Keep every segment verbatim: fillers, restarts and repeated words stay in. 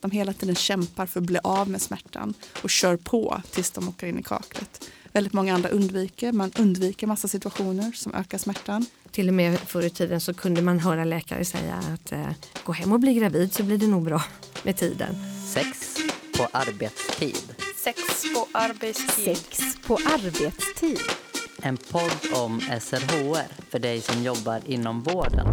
de hela tiden kämpar för att bli av med smärtan och kör på tills de åker in i kaklet. Väldigt många andra undviker. Man undviker massa situationer som ökar smärtan. Till och med förr i tiden så kunde man höra läkare säga att eh, gå hem och bli gravid så blir det nog bra med tiden. Sex på arbetstid. Sex på arbetstid. Sex på arbetstid. En podd om S R H R för dig som jobbar inom vården.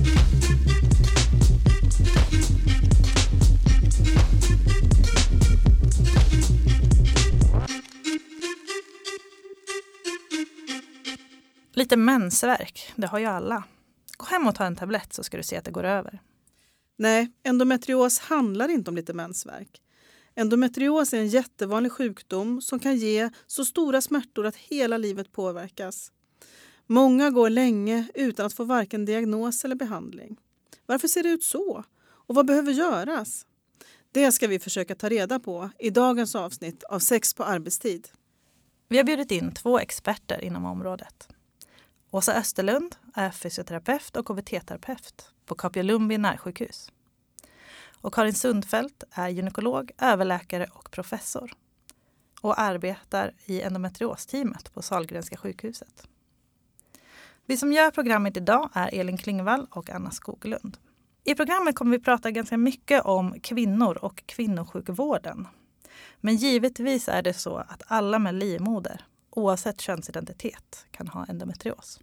Lite mensvärk, det har ju alla. Gå hem och ta en tablett så ska du se att det går över. Nej, endometrios handlar inte om lite mensvärk. Endometrios är en jättevanlig sjukdom som kan ge så stora smärtor att hela livet påverkas. Många går länge utan att få varken diagnos eller behandling. Varför ser det ut så? Och vad behöver göras? Det ska vi försöka ta reda på i dagens avsnitt av Sex på arbetstid. Vi har bjudit in två experter inom området. Åsa Österlund är fysioterapeut och K B T-terapeut på Kapiolumbi närsjukhus. Och Karin Sundfelt är gynekolog, överläkare och professor. Och arbetar i endometriosteamet på Sahlgrenska sjukhuset. Vi som gör programmet idag är Elin Klingvall och Anna Skoglund. I programmet kommer vi prata ganska mycket om kvinnor och kvinnosjukvården. Men givetvis är det så att alla med livmoder, oavsett könsidentitet, kan ha endometrios.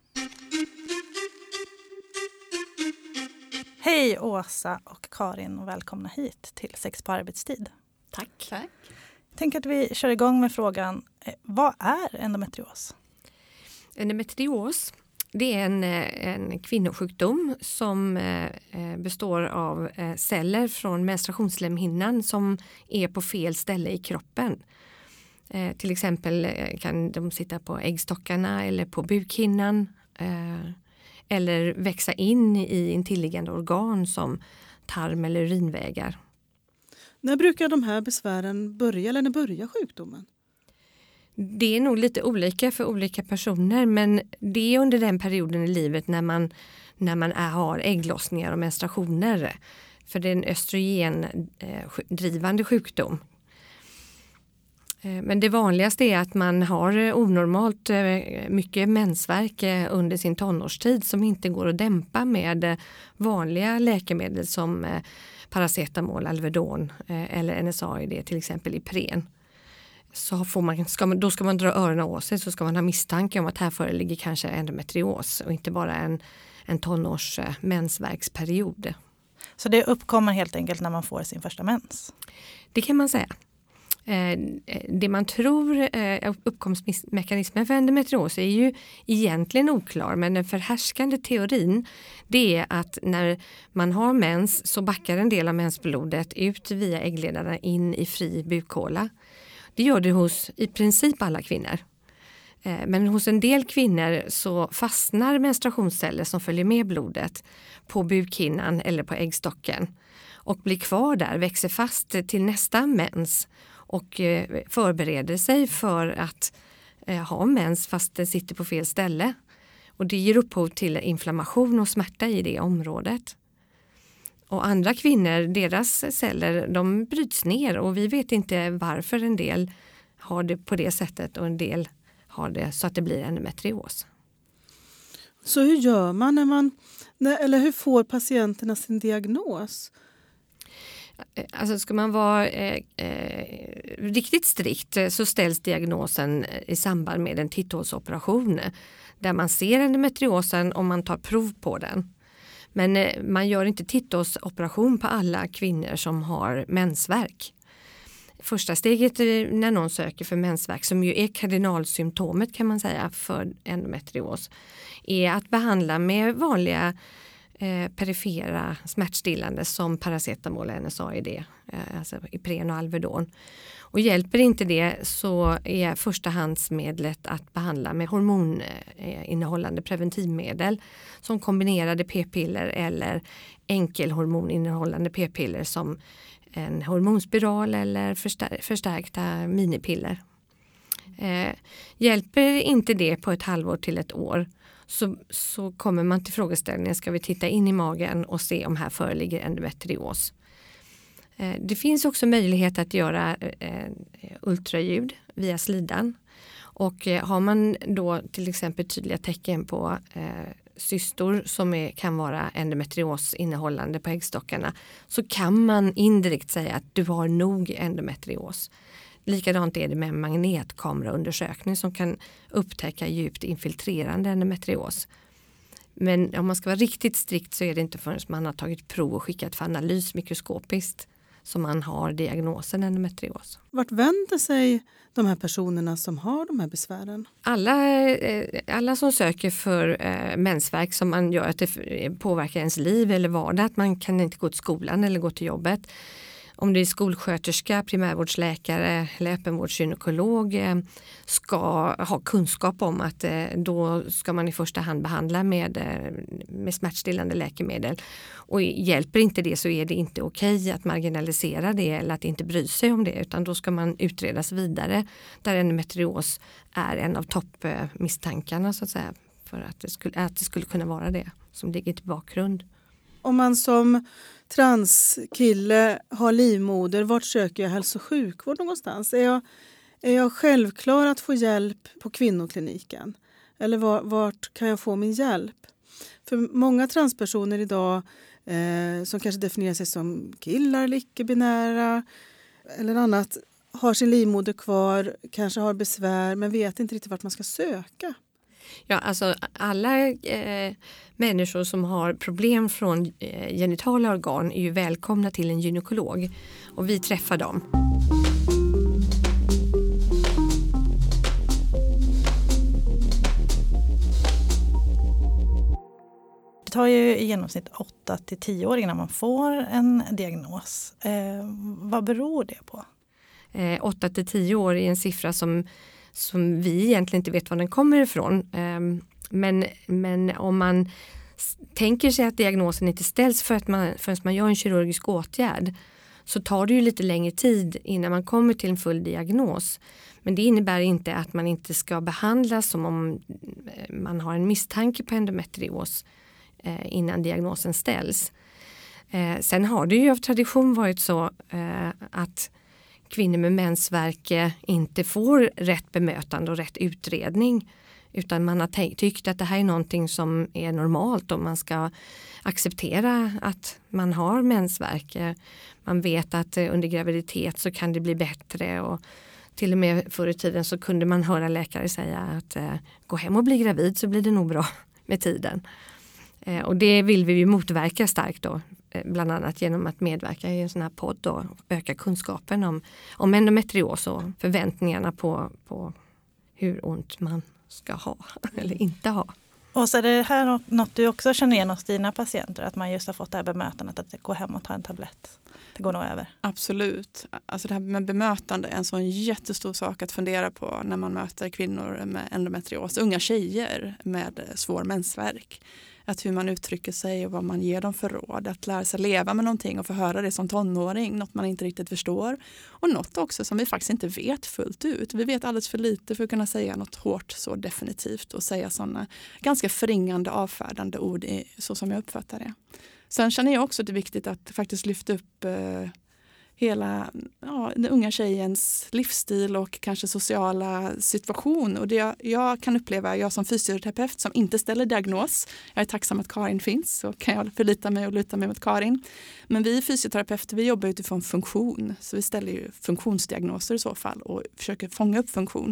Hej Åsa och Karin och välkomna hit till Sex på arbetstid. Tack. Tack. Tänk att vi kör igång med frågan, vad är endometrios? Endometrios, det är en, en kvinnosjukdom som eh, består av eh, celler från menstruationsslemhinnan som är på fel ställe i kroppen. Eh, till exempel kan de sitta på äggstockarna eller på bukhinnan eh, eller växa in i intilliggande organ som tarm eller urinvägar. När brukar de här besvären börja eller när börjar sjukdomen? Det är nog lite olika för olika personer, men det är under den perioden i livet när man, när man är, har ägglossningar och menstruationer. För det är en östrogendrivande sjukdom. Men det vanligaste är att man har onormalt mycket mensvärk under sin tonårstid som inte går att dämpa med vanliga läkemedel som paracetamol, Alvedon eller N S A I D, till exempel Ipren. Så får man, ska man, då ska man dra öronen åt sig, så ska man ha misstanke om att här föreligger kanske endometrios och inte bara en, en tonårs mensvärksperiod. Så det uppkommer helt enkelt när man får sin första mens? Det kan man säga. Det man tror uppkomstmekanismen för endometrios är ju egentligen oklar, men den förhärskande teorin det är att när man har mens så backar en del av mensblodet ut via äggledarna in i fri bukhåla. Det gör det hos i princip alla kvinnor. Men hos en del kvinnor så fastnar menstruationsceller som följer med blodet på bukhinnan eller på äggstocken och blir kvar där, växer fast till nästa mens och förbereder sig för att ha mens fast det sitter på fel ställe. Och det ger upphov till inflammation och smärta i det området. Och andra kvinnor, deras celler, de bryts ner och vi vet inte varför en del har det på det sättet och en del har det så att det blir endometrios. Så hur gör man när man, eller hur får patienterna sin diagnos? Alltså ska man vara eh, eh, riktigt strikt så ställs diagnosen i samband med en titthålsoperation där man ser endometriosen och man tar prov på den. Men eh, man gör inte titthålsoperation på alla kvinnor som har mensvärk. Första steget när någon söker för mensvärk, som ju är kardinalsymptomet kan man säga för endometrios, är att behandla med vanliga Eh, perifera smärtstillande som paracetamol, N S A I D, eh, alltså Ipren och Alvedon. Och hjälper inte det så är förstahandsmedlet att behandla med hormoninnehållande preventivmedel som kombinerade p-piller eller enkelhormoninnehållande p-piller som en hormonspiral eller förstär- förstärkta minipiller. Eh, hjälper inte det på ett halvår till ett år Så, så kommer man till frågeställningen, ska vi titta in i magen och se om här föreligger endometrios. Det finns också möjlighet att göra ultraljud via slidan. Och har man då till exempel tydliga tecken på cystor som är, kan vara endometrios innehållande på äggstockarna, så kan man indirekt säga att du har nog endometrios. Likadant är det med en magnetkameraundersökning som kan upptäcka djupt infiltrerande endometrios. Men om man ska vara riktigt strikt så är det inte förrän man har tagit prov och skickat för analys mikroskopiskt som man har diagnosen endometrios. Vart vänder sig de här personerna som har de här besvären? Alla, alla som söker för eh, mensvärk som man gör att det påverkar ens liv eller vardag, att man kan inte gå till skolan eller gå till jobbet. Om det är skolsköterska, primärvårdsläkare eller öppenvårdsgynekolog ska ha kunskap om att då ska man i första hand behandla med, med smärtstillande läkemedel. Och hjälper inte det så är det inte okej att marginalisera det eller att inte bry sig om det, utan då ska man utredas vidare där endometrios är en av toppmisstankarna så att säga, för att det skulle, att det skulle kunna vara det som ligger till bakgrund. Om man som transkille har livmoder, vart söker jag hälso- och sjukvård någonstans? Är jag, är jag självklar att få hjälp på kvinnokliniken? Eller var, vart kan jag få min hjälp? För många transpersoner idag eh, som kanske definierar sig som killar eller icke-binära eller annat har sin livmoder kvar, kanske har besvär men vet inte riktigt vart man ska söka. Ja, alltså alla eh, människor som har problem från eh, genitala organ är ju välkomna till en gynekolog och vi träffar dem. Det tar ju i genomsnitt åtta till tio år innan man får en diagnos. Eh, vad beror det på? Eh, åtta till tio år är en siffra som som vi egentligen inte vet var den kommer ifrån. Men, men om man tänker sig att diagnosen inte ställs för att man, förrän man gör en kirurgisk åtgärd, så tar det ju lite längre tid innan man kommer till en full diagnos. Men det innebär inte att man inte ska behandlas som om man har en misstanke på endometrios innan diagnosen ställs. Sen har det ju av tradition varit så att kvinnor med mensvärk inte får rätt bemötande och rätt utredning, utan man har tänkt, tyckt att det här är någonting som är normalt och man ska acceptera att man har mensvärk. Man vet att under graviditet så kan det bli bättre, och till och med förr i tiden så kunde man höra läkare säga att eh, gå hem och bli gravid så blir det nog bra med tiden. Eh, och det vill vi ju motverka starkt då. Bland annat genom att medverka i en sån här podd och öka kunskapen om, om endometrios och förväntningarna på, på hur ont man ska ha eller inte ha. Och så är det här något du också känner igen hos dina patienter, att man just har fått det här bemötandet att gå hem och ta en tablett. Det går nog över. Absolut. Alltså det här med bemötande är en sån jättestor sak att fundera på när man möter kvinnor med endometrios, unga tjejer med svår mensvärk. Att hur man uttrycker sig och vad man ger dem för råd. Att lära sig leva med någonting och få höra det som tonåring. Något man inte riktigt förstår. Och något också som vi faktiskt inte vet fullt ut. Vi vet alldeles för lite för att kunna säga något hårt så definitivt. Och säga sådana ganska förringande, avfärdande ord i, så som jag uppfattar det. Sen känner jag också att det är viktigt att faktiskt lyfta upp eh, hela ja, den unga tjejens livsstil och kanske sociala situation. Och det jag, jag kan uppleva, jag som fysioterapeut som inte ställer diagnos, jag är tacksam att Karin finns, så kan jag förlita mig och luta mig mot Karin. Men vi fysioterapeuter, vi jobbar utifrån funktion, så vi ställer ju funktionsdiagnoser i så fall och försöker fånga upp funktion.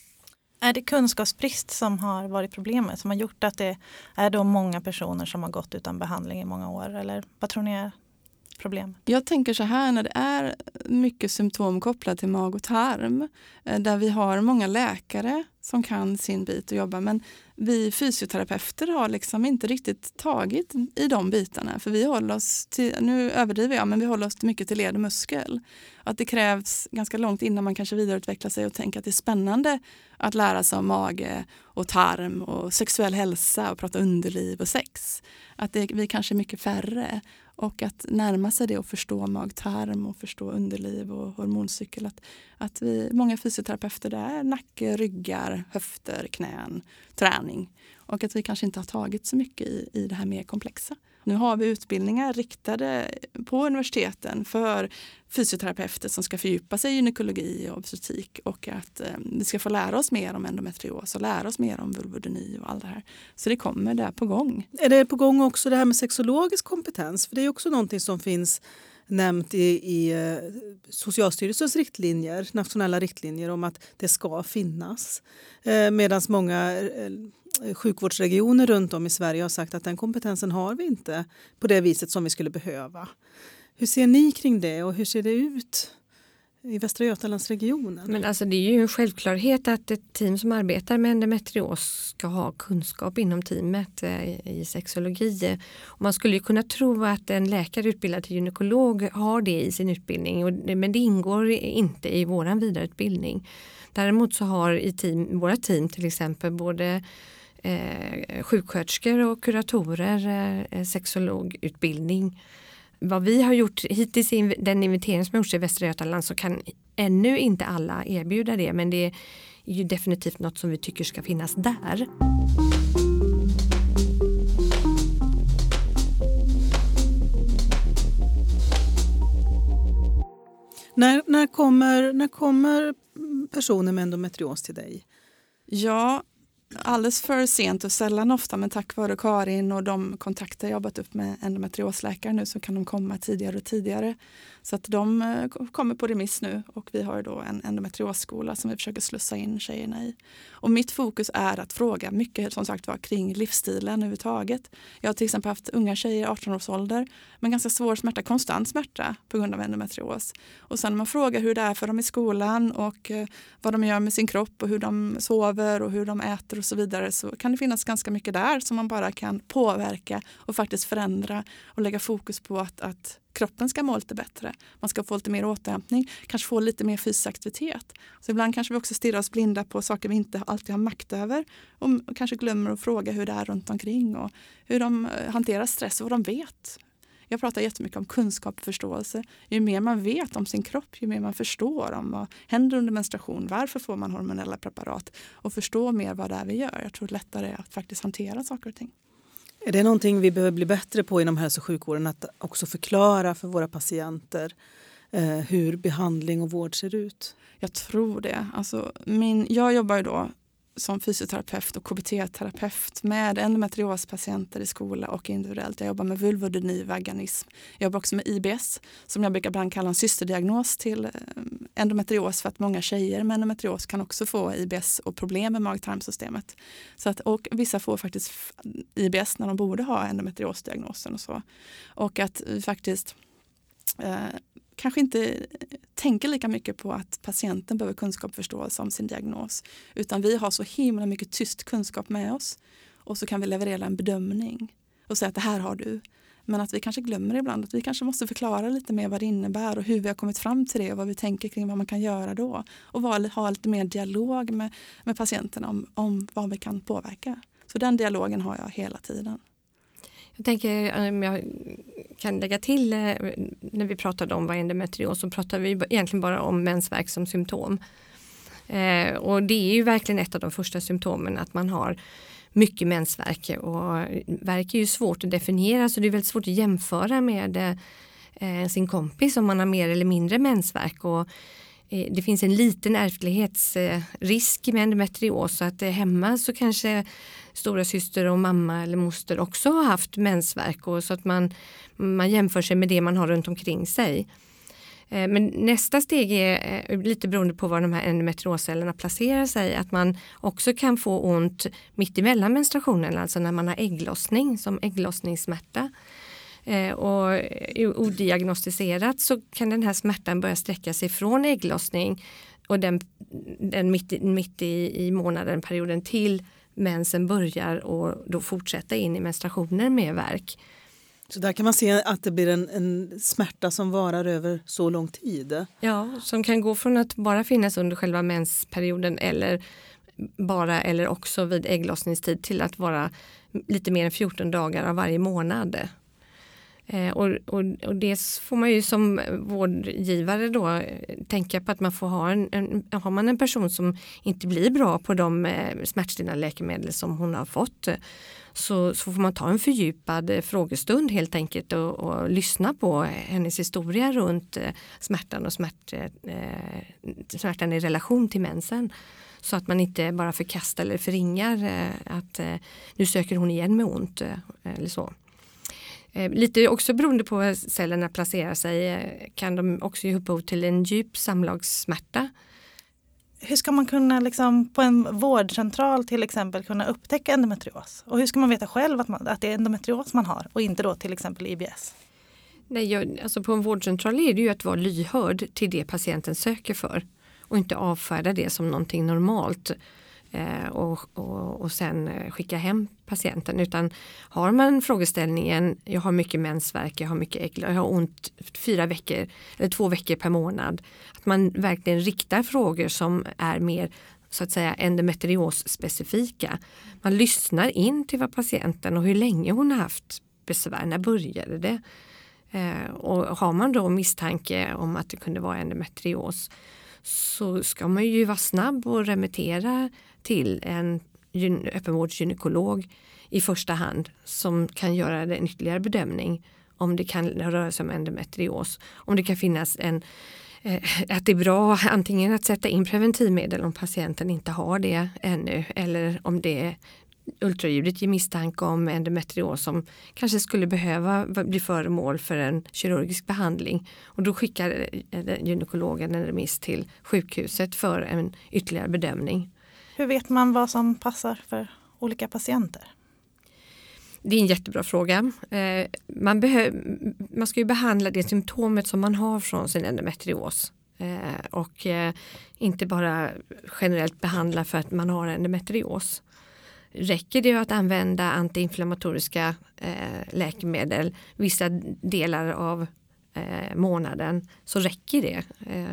Är det kunskapsbrist som har varit problemet, som har gjort att det är då många personer som har gått utan behandling i många år? Eller vad tror ni är problem? Jag tänker så här, när det är mycket symptom kopplat till mag och tarm, där vi har många läkare som kan sin bit och jobba, men vi fysioterapeuter har liksom inte riktigt tagit i de bitarna, för vi håller oss till, nu överdriver jag, men vi håller oss mycket till led och muskel. Att det krävs ganska långt innan man kanske vidareutvecklar sig och tänker att det är spännande att lära sig om mage och tarm och sexuell hälsa och prata underliv och sex. Att det, vi kanske är mycket färre, och att närma sig det och förstå mag-tarm och förstå underliv och hormoncykel. Att, att vi, många fysioterapeuter, det är nacke, ryggar, höfter, knän, träning. Och att vi kanske inte har tagit så mycket i, i det här mer komplexa. Nu har vi utbildningar riktade på universiteten för fysioterapeuter som ska fördjupa sig i gynekologi och obstetrik och att eh, vi ska få lära oss mer om endometrios och lära oss mer om vulvodyni och allt det här. Så det kommer där på gång. Är det på gång också det här med sexologisk kompetens? För det är också någonting som finns nämnt i, i Socialstyrelsens riktlinjer, nationella riktlinjer om att det ska finnas. Eh, Medan många eh, sjukvårdsregioner runt om i Sverige har sagt att den kompetensen har vi inte på det viset som vi skulle behöva. Hur ser ni kring det och hur ser det ut i Västra Götalandsregionen? Men alltså det är ju en självklarhet att ett team som arbetar med endometrios ska ha kunskap inom teamet i sexologi. Och man skulle ju kunna tro att en läkare utbildad till gynekolog har det i sin utbildning, men det ingår inte i våran vidareutbildning. Däremot så har i team, våra team till exempel både eh, sjuksköterskor och kuratorer eh, sexologutbildning. Vad vi har gjort hittills i den inventering som har gjorts i Västra Götaland så kan ännu inte alla erbjuda det, men det är ju definitivt något som vi tycker ska finnas där. När, när, kommer, när kommer personer med endometrios till dig? Ja, alldeles för sent och sällan ofta, men tack vare Karin och de kontakter jag jobbat upp med endometriosläkare nu så kan de komma tidigare och tidigare. Så att de kommer på remiss nu och vi har då en endometriosskola som vi försöker slussa in tjejerna i. Och mitt fokus är att fråga mycket som sagt var kring livsstilen överhuvudtaget. Jag har till exempel haft unga tjejer i arton års ålder med ganska svår smärta, konstant smärta på grund av endometrios. Och sen man frågar hur det är för dem i skolan och vad de gör med sin kropp och hur de sover och hur de äter och så vidare, så kan det finnas ganska mycket där som man bara kan påverka och faktiskt förändra och lägga fokus på att, att kroppen ska må lite bättre. Man ska få lite mer återhämtning, kanske få lite mer fysisk aktivitet. Så ibland kanske vi också stirrar oss blinda på saker vi inte alltid har makt över och kanske glömmer att fråga hur det är runt omkring och hur de hanterar stress och vad de vet. Jag pratar jättemycket om kunskap och förståelse. Ju mer man vet om sin kropp, ju mer man förstår om vad händer under menstruation, varför får man hormonella preparat och förstå mer vad det är vi gör. Jag tror det är lättare att faktiskt hantera saker och ting. Är det någonting vi behöver bli bättre på inom hälso- och sjukvården, att också förklara för våra patienter eh, hur behandling och vård ser ut? Jag tror det. Alltså, min, jag jobbar ju då som fysioterapeut och K B T-terapeut med endometriospatienter i skola och individuellt. Jag jobbar med vulvodyni, vaganism. Jag jobbar också med I B S som jag brukar ibland kalla en systerdiagnos till endometrios, för att många tjejer med endometrios kan också få I B S och problem med mag-tarmsystemet. Så att, och vissa får faktiskt I B S när de borde ha endometriosdiagnosen och så. Och att vi faktiskt eh, kanske inte tänker lika mycket på att patienten behöver kunskap och förståelse om sin diagnos. Utan vi har så himla mycket tyst kunskap med oss. Och så kan vi leverera en bedömning och säga att det här har du. Men att vi kanske glömmer ibland att vi kanske måste förklara lite mer vad det innebär och hur vi har kommit fram till det och vad vi tänker kring vad man kan göra då. Och var, ha lite mer dialog med, med patienten om, om vad vi kan påverka. Så den dialogen har jag hela tiden. Jag tänker, om jag kan lägga till, när vi pratade om vad endometrios så pratade vi egentligen bara om mensvärk som symptom. Eh, och det är ju verkligen ett av de första symptomen, att man har mycket mensvärk. Och värk är ju svårt att definiera, så det är väldigt svårt att jämföra med eh, sin kompis om man har mer eller mindre mensvärk. Och eh, det finns en liten ärftlighetsrisk med endometrios, så att eh, hemma så kanske stora syster och mamma eller moster också har haft mensvärk, och så att man, man jämför sig med det man har runt omkring sig. Eh, men nästa steg är eh, lite beroende på var de här endometrioscellerna placerar sig, att man också kan få ont mitt emellan menstruationen, alltså när man har ägglossning, som ägglossningssmärta. Eh, och är odiagnostiserat så kan den här smärtan börja sträcka sig från ägglossning och den, den mitt, mitt i, i månaden, perioden till mensen börjar, och då fortsätta in i menstruationen med värk. Så där kan man se att det blir en, en smärta som varar över så lång tid. Ja, som kan gå från att bara finnas under själva mensperioden eller bara eller också vid ägglossningstid till att vara lite mer än fjorton dagar av varje månad. Eh, och, och, och det får man ju som vårdgivare då tänka på att man får ha en, en, har man en person som inte blir bra på de eh, smärtstillande läkemedel som hon har fått, så, så får man ta en fördjupad eh, frågestund helt enkelt och, och lyssna på hennes historia runt eh, smärtan och smärt, eh, smärtan i relation till mensen. Så att man inte bara förkastar eller förringar eh, att eh, nu söker hon igen med ont eh, eller så. Eh, lite också beroende på hur cellerna placerar sig eh, kan de också ge upphov till en djup samlagssmärta. Hur ska man kunna liksom, på en vårdcentral till exempel kunna upptäcka endometrios? Och hur ska man veta själv att, man, att det är endometrios man har och inte då till exempel I B S? Nej, jag, alltså på en vårdcentral är det ju att vara lyhörd till det patienten söker för. Och inte avfärda det som någonting normalt eh, och, och, och sen skicka hem patienten. Utan har man frågeställningen, jag har mycket mensvärk, jag har mycket ägg, jag har ont fyra veckor eller två veckor per månad. Att man verkligen riktar frågor som är mer så att säga endometrios-specifika. Man lyssnar in till vad patienten och hur länge hon har haft besvär, när började det? Eh, och har man då misstanke om att det kunde vara endometrios, så ska man ju vara snabb och remittera till en öppenvårdsgynekolog i första hand som kan göra en ytterligare bedömning om det kan röra sig om endometrios. Om det kan finnas en, eh, att det är bra antingen att sätta in preventivmedel om patienten inte har det ännu, eller om det ultraljudet ger misstanke om endometrios som kanske skulle behöva bli föremål för en kirurgisk behandling. Och då skickar gynekologen en remiss till sjukhuset för en ytterligare bedömning. Hur vet man vad som passar för olika patienter? Det är en jättebra fråga. Man, behöv, man ska ju behandla det symptomet som man har från sin endometrios. Och inte bara generellt behandla för att man har endometrios. Räcker det att använda antiinflammatoriska eh, läkemedel vissa delar av eh, månaden, så räcker det. Eh,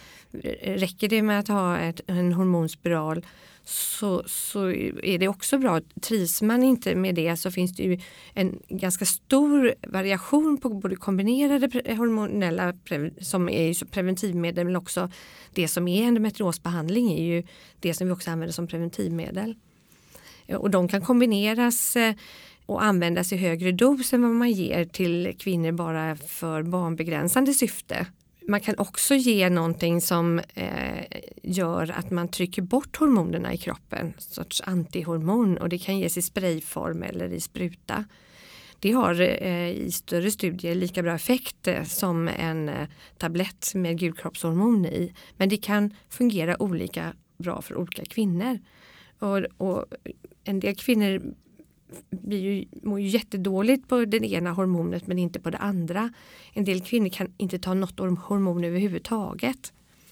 räcker det med att ha ett, en hormonspiral, så, så är det också bra. Trivs man inte med det, så finns det ju en ganska stor variation på både kombinerade hormonella som är ju preventivmedel, men också det som är endometriosbehandling är ju det som vi också använder som preventivmedel. Och de kan kombineras och användas i högre dos än vad man ger till kvinnor bara för barnbegränsande syfte. Man kan också ge någonting som eh, gör att man trycker bort hormonerna i kroppen, en sorts antihormon, och det kan ges i sprayform eller i spruta. Det har eh, i större studier lika bra effekt eh, som en eh, tablett med gulkroppshormon i, men det kan fungera olika bra för olika kvinnor. Och, och en del kvinnor blir ju, mår ju jättedåligt på det ena hormonet men inte på det andra. En del kvinnor kan inte ta något hormon överhuvudtaget.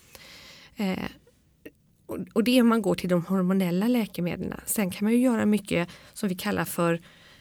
Eh, och, och det är om man går till de hormonella läkemedlen. Sen kan man ju göra mycket som vi kallar för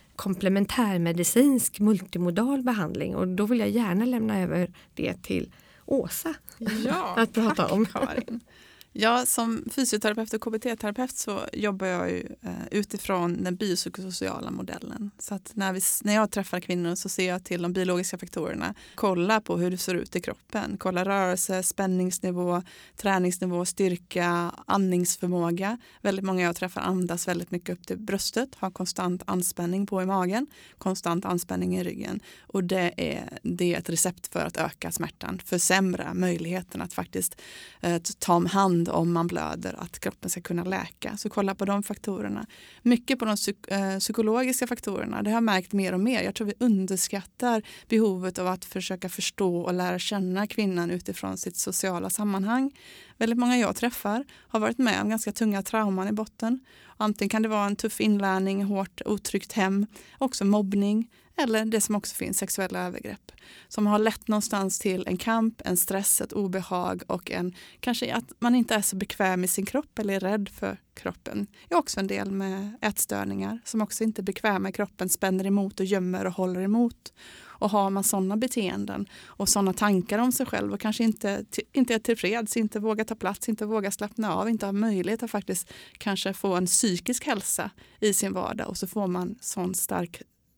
komplementärmedicinsk multimodal behandling. Och då vill jag gärna lämna över det till Åsa ja, att prata tack, om. Karin. Ja, som fysioterapeut och K B T-terapeut så jobbar jag ju eh, utifrån den biopsykosociala modellen. Så att när, vi, när jag träffar kvinnor så ser jag till de biologiska faktorerna. Kolla på hur det ser ut i kroppen. Kolla rörelse, spänningsnivå, träningsnivå, styrka, andningsförmåga. Väldigt många jag träffar andas väldigt mycket upp till bröstet. Har konstant anspänning på i magen. Konstant anspänning i ryggen. Och det är, det är ett recept för att öka smärtan. Försämra möjligheten att faktiskt eh, ta hand om man blöder, att kroppen ska kunna läka. Så kolla på de faktorerna. Mycket på de psyk- äh, psykologiska faktorerna. Det har jag märkt mer och mer. Jag tror vi underskattar behovet av att försöka förstå och lära känna kvinnan utifrån sitt sociala sammanhang. Väldigt många jag träffar har varit med om ganska tunga trauman i botten. Antingen kan det vara en tuff inlärning, hårt otryggt hem, också mobbning eller det som också finns, sexuella övergrepp. Som har lett någonstans till en kamp, en stress, ett obehag och en, kanske att man inte är så bekväm i sin kropp eller är rädd för kroppen. Det är också en del med ätstörningar som också inte är bekväma i kroppen, spänner emot och gömmer och håller emot. Och har man sådana beteenden och sådana tankar om sig själv och kanske inte, inte är tillfreds, inte vågar ta plats, inte vågar slappna av, inte har möjlighet att faktiskt kanske få en psykisk hälsa i sin vardag, och så får man sån stark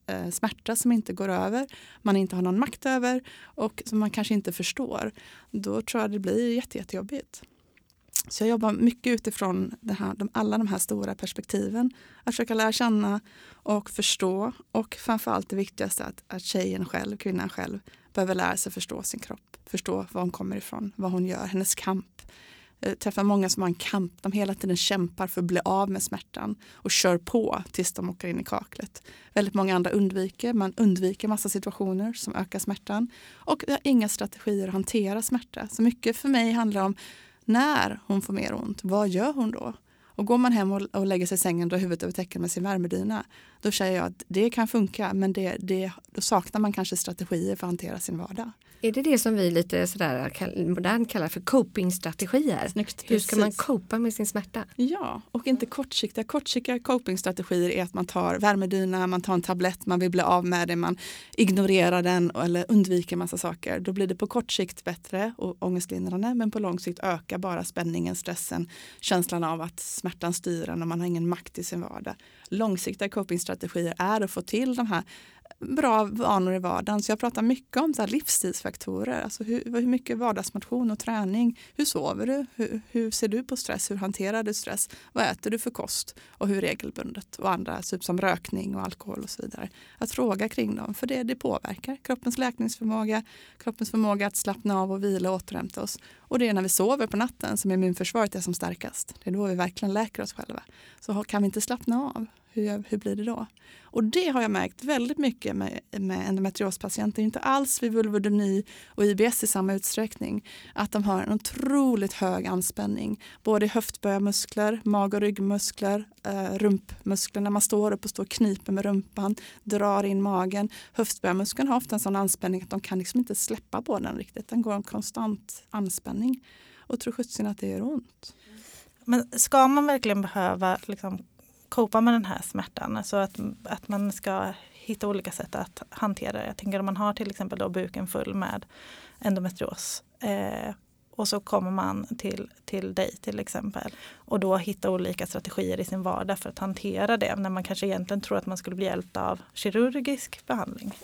eh, smärta som inte går över, man inte har någon makt över och som man kanske inte förstår, då tror jag det blir jätte, jättejobbigt. Så jag jobbar mycket utifrån det här, de, alla de här stora perspektiven. Att försöka lära känna och förstå, och framförallt det viktigaste att, att tjejen själv, kvinnan själv, behöver lära sig förstå sin kropp. Förstå var hon kommer ifrån, vad hon gör, hennes kamp. Jag träffar många som har en kamp, de hela tiden kämpar för att bli av med smärtan och kör på tills de åker in i kaklet. Väldigt många andra undviker, man undviker massa situationer som ökar smärtan. Och jag har inga strategier att hantera smärta. Så mycket för mig handlar om när hon får mer ont, vad gör hon då? Och går man hem och, och lägger sig i sängen och drar huvudet över täcken med sin värmedyna, då säger jag att det kan funka, men det, det, då saknar man kanske strategier för att hantera sin vardag. Är det det som vi lite sådär modernt kallar för copingstrategier? Snyggt, hur ska man copa med sin smärta? Ja, och inte kortsiktiga. Kortsiktiga copingstrategier är att man tar värmedyna, man tar en tablett, man vill bli av med det, man ignorerar den eller undviker massa saker. Då blir det på kort sikt bättre och ångestlindrande, men på lång sikt ökar bara spänningen, stressen, känslan av att smärtan styr en och man har ingen makt i sin vardag. Långsiktiga copingstrategier är att få till de här bra vanor i vardagen. Så jag pratar mycket om så här livsstilsfaktorer. Alltså hur, hur mycket vardagsmotion och träning. Hur sover du? Hur, hur ser du på stress? Hur hanterar du stress? Vad äter du för kost? Och hur regelbundet? Och andra, typ som rökning och alkohol och så vidare. Att fråga kring dem. För det, det påverkar kroppens läkningsförmåga. Kroppens förmåga att slappna av och vila och återhämta oss. Och det är när vi sover på natten som immunförsvaret är som starkast. Det är då vi verkligen läker oss själva. Så kan vi inte slappna av. Hur, hur blir det då? Och det har jag märkt väldigt mycket med, med endometriospatienter. Inte alls vid vulvodyni och I B S i samma utsträckning. Att de har en otroligt hög anspänning. Både i höftböjarmuskler, mag- och ryggmuskler, eh, rumpmuskler. När man står upp och står och kniper med rumpan, drar in magen. Höftböjarmuskeln har ofta en sån anspänning att de kan liksom inte släppa på den riktigt. Den går en konstant anspänning. Och tror sjutton att det gör ont. Men ska man verkligen behöva liksom copa med den här smärtan? Alltså att, att man ska hitta olika sätt att hantera det. Jag tänker om man har till exempel då buken full med endometrios eh, och så kommer man till, till dig till exempel och då hitta olika strategier i sin vardag för att hantera det när man kanske egentligen tror att man skulle bli hjälpt av kirurgisk behandling.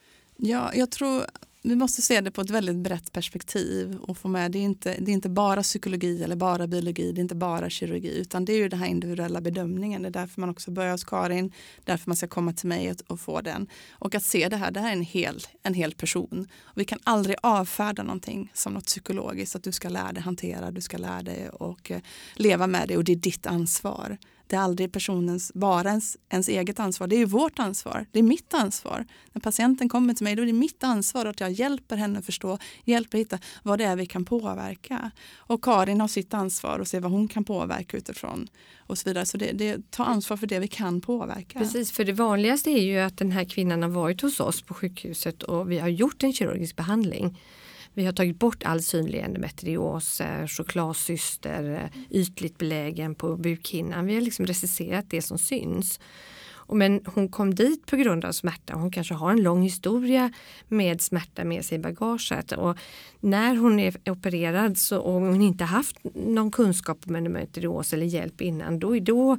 Ja, jag tror vi måste se det på ett väldigt brett perspektiv och få med det är inte det är inte bara psykologi eller bara biologi, det är inte bara kirurgi utan det är ju den här individuella bedömningen. Det är därför man också börjar hos Karin, därför man ska komma till mig och, och få den. Och att se det här, det här är en hel, en hel person. Och vi kan aldrig avfärda någonting som något psykologiskt, att du ska lära dig hantera, du ska lära dig och eh, leva med det och det är ditt ansvar. Det är aldrig personens, bara ens, ens eget ansvar. Det är ju vårt ansvar. Det är mitt ansvar. När patienten kommer till mig, då är det mitt ansvar att jag hjälper henne att förstå, hjälper hitta vad det är vi kan påverka. Och Karin har sitt ansvar och se vad hon kan påverka utifrån och så vidare. Så det, det tar ansvar för det vi kan påverka. Precis, för det vanligaste är ju att den här kvinnan har varit hos oss på sjukhuset och vi har gjort en kirurgisk behandling. Vi har tagit bort all synlig endometrios, chokladcyster, ytligt belägen på bukhinnan. Vi har liksom recenserat det som syns. Men hon kom dit på grund av smärta. Hon kanske har en lång historia med smärta med sig i bagaget. Och när hon är opererad så, och hon inte haft någon kunskap om endometrios eller hjälp innan, då är då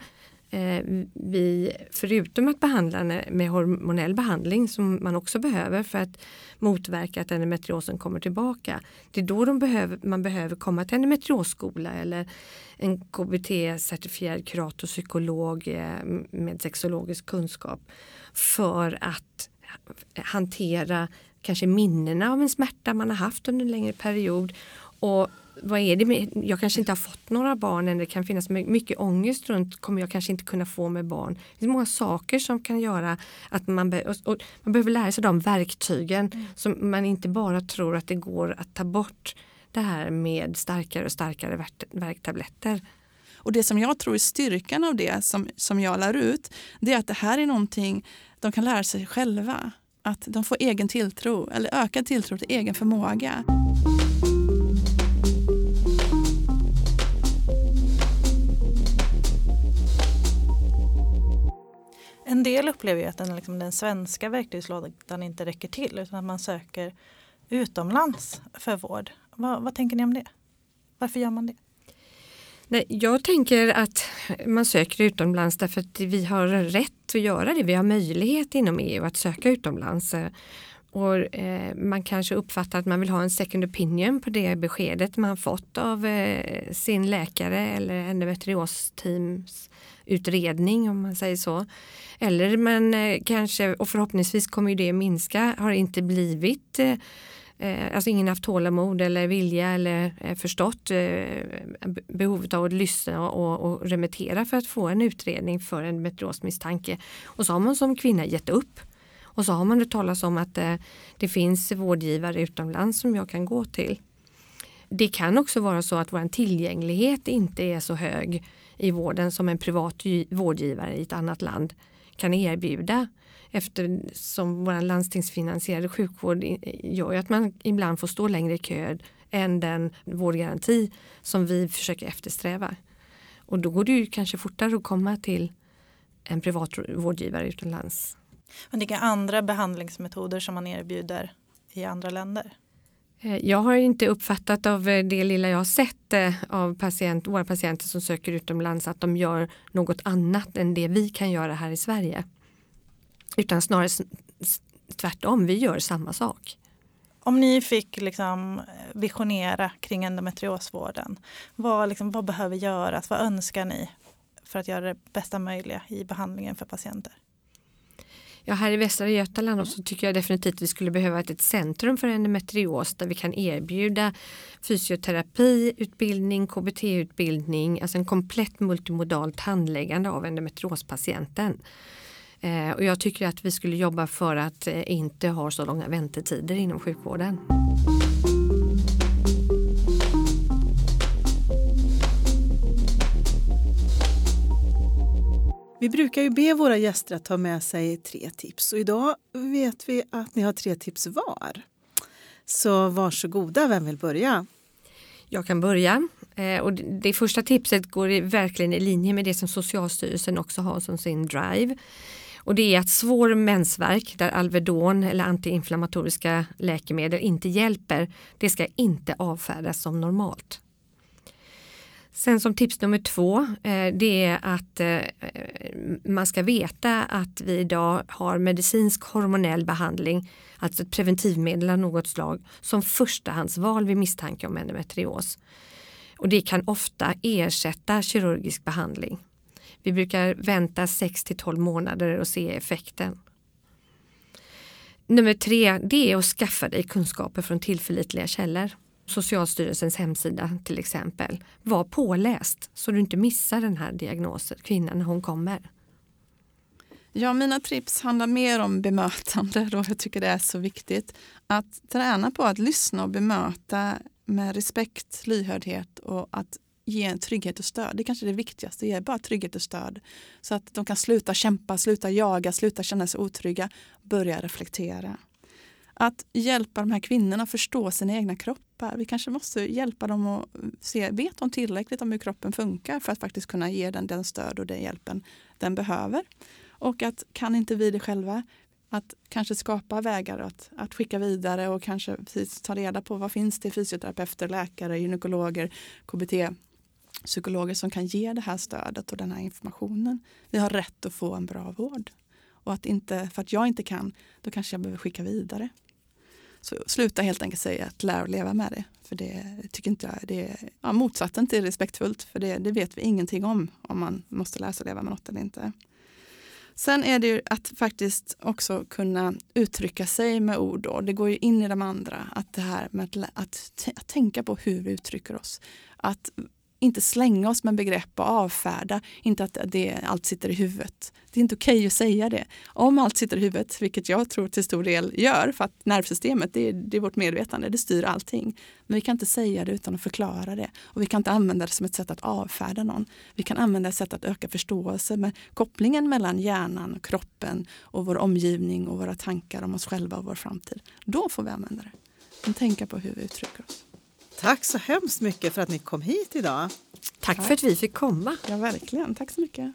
vi, förutom att behandla med hormonell behandling som man också behöver för att motverka att endometriosen kommer tillbaka. Det är då de behöver, man behöver komma till endometriosskola eller en K B T-certifierad kuratopsykolog med sexologisk kunskap för att hantera kanske minnena av en smärta man har haft under en längre period. Och vad är det med, jag kanske inte har fått några barn än, det kan finnas mycket ångest runt, kommer jag kanske inte kunna få med barn. Det finns många saker som kan göra att man, be, och, och man behöver lära sig de verktygen mm. som man inte bara tror att det går att ta bort det här med starkare och starkare verk, verktabletter. Och det som jag tror är styrkan av det som, som jag lär ut, det är att det här är någonting de kan lära sig själva. Att de får egen tilltro eller ökad tilltro till egen förmåga. En del upplever ju att den, liksom, den svenska verktygslådan inte räcker till utan att man söker utomlands för vård. Vad, vad tänker ni om det? Varför gör man det? Nej, jag tänker att man söker utomlands därför att vi har rätt att göra det. Vi har möjlighet inom E U att söka utomlands. Och eh, man kanske uppfattar att man vill ha en second opinion på det beskedet man fått av eh, sin läkare eller endometriosteams utredning, om man säger så. Eller man eh, kanske, och förhoppningsvis kommer ju det minska, har inte blivit eh, alltså ingen haft tålamod eller vilja eller eh, förstått eh, behovet av att lyssna och, och remittera för att få en utredning för en endometriosmisstanke. Och så har man som kvinna gett upp. Och så har man hört talas om att eh, det finns vårdgivare utomlands som jag kan gå till. Det kan också vara så att vår tillgänglighet inte är så hög i vården som en privat vårdgivare i ett annat land kan erbjuda. Eftersom vår landstingsfinansierade sjukvård gör ju att man ibland får stå längre i kö än den vårdgaranti som vi försöker eftersträva. Och då går det ju kanske fortare att komma till en privat vårdgivare utomlands. Men vilka andra behandlingsmetoder som man erbjuder i andra länder? Jag har inte uppfattat av det lilla jag har sett av patient, våra patienter som söker utomlands att de gör något annat än det vi kan göra här i Sverige. Utan snarare tvärtom, vi gör samma sak. Om ni fick liksom visionera kring endometriosvården, vad, liksom, vad behöver göras? Vad önskar ni för att göra det bästa möjliga i behandlingen för patienter? Ja, här i Västra Götaland så tycker jag definitivt att vi skulle behöva ett, ett centrum för endometrios där vi kan erbjuda fysioterapi, utbildning, K B T-utbildning, alltså en komplett multimodalt handläggande av endometriospatienten. Eh, och jag tycker att vi skulle jobba för att eh, inte ha så långa väntetider inom sjukvården. Vi brukar ju be våra gäster att ta med sig tre tips och idag vet vi att ni har tre tips var. Så varsågoda, vem vill börja? Jag kan börja. Eh, och det, det första tipset går i, verkligen i linje med det som Socialstyrelsen också har som sin drive. Och det är att svår mensvärk där Alvedon eller antiinflammatoriska läkemedel inte hjälper, det ska inte avfärdas som normalt. Sen som tips nummer två, eh, det är att eh, man ska veta att vi idag har medicinsk hormonell behandling, alltså ett preventivmedel av något slag, som förstahandsval vid misstanke om endometrios. Och det kan ofta ersätta kirurgisk behandling. Vi brukar vänta sex till tolv månader och se effekten. Nummer tre, det är att skaffa dig kunskaper från tillförlitliga källor. Socialstyrelsens hemsida till exempel. Var påläst så du inte missar den här diagnosen, kvinnan, när hon kommer. Ja, mina tips handlar mer om bemötande då jag tycker det är så viktigt. Att träna på att lyssna och bemöta med respekt, lyhördhet och att ge en trygghet och stöd. Det är kanske det viktigaste, ge bara trygghet och stöd. Så att de kan sluta kämpa, sluta jaga, sluta känna sig otrygga, börja reflektera. Att hjälpa de här kvinnorna att förstå sina egna kroppar. Vi kanske måste hjälpa dem att se, vet de tillräckligt om hur kroppen funkar för att faktiskt kunna ge den den stöd och den hjälpen den behöver. Och att kan inte vi det själva, att kanske skapa vägar att, att skicka vidare och kanske ta reda på vad finns det fysioterapeuter, läkare, gynekologer, K B T-psykologer som kan ge det här stödet och den här informationen. Vi har rätt att få en bra vård. Och att inte, för att jag inte kan, då kanske jag behöver skicka vidare. Så sluta helt enkelt säga att lära och leva med det. För det tycker inte jag, det är ja, motsatsen till respektfullt. För det, det vet vi ingenting om, om man måste lära sig leva med något eller inte. Sen är det ju att faktiskt också kunna uttrycka sig med ord. Då. Det går ju in i de andra. Att det här med att, att, t- att tänka på hur vi uttrycker oss. Att inte slänga oss med begrepp och avfärda. Inte att det, allt sitter i huvudet. Det är inte okej att säga det. Om allt sitter i huvudet, vilket jag tror till stor del gör. För att nervsystemet, det är, det är vårt medvetande. Det styr allting. Men vi kan inte säga det utan att förklara det. Och vi kan inte använda det som ett sätt att avfärda någon. Vi kan använda ett sätt att öka förståelse med kopplingen mellan hjärnan, kroppen och vår omgivning och våra tankar om oss själva och vår framtid. Då får vi använda det. Men tänka på hur vi uttrycker oss. Tack så hemskt mycket för att ni kom hit idag. Tack för att vi fick komma. Ja, verkligen. Tack så mycket.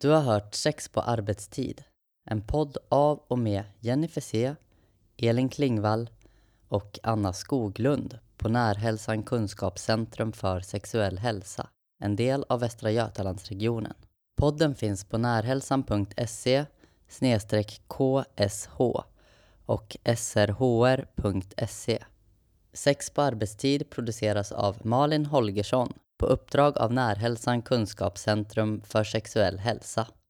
Du har hört Sex på arbetstid. En podd av och med Jenny Fessé, Elin Klingvall och Anna Skoglund på Närhälsan Kunskapscentrum för sexuell hälsa. En del av Västra Götalandsregionen. Podden finns på närhälsan punkt se snedstreck K S H och S R H R punkt se. Sex på arbetstid produceras av Malin Holgersson på uppdrag av Närhälsan Kunskapscentrum för sexuell hälsa.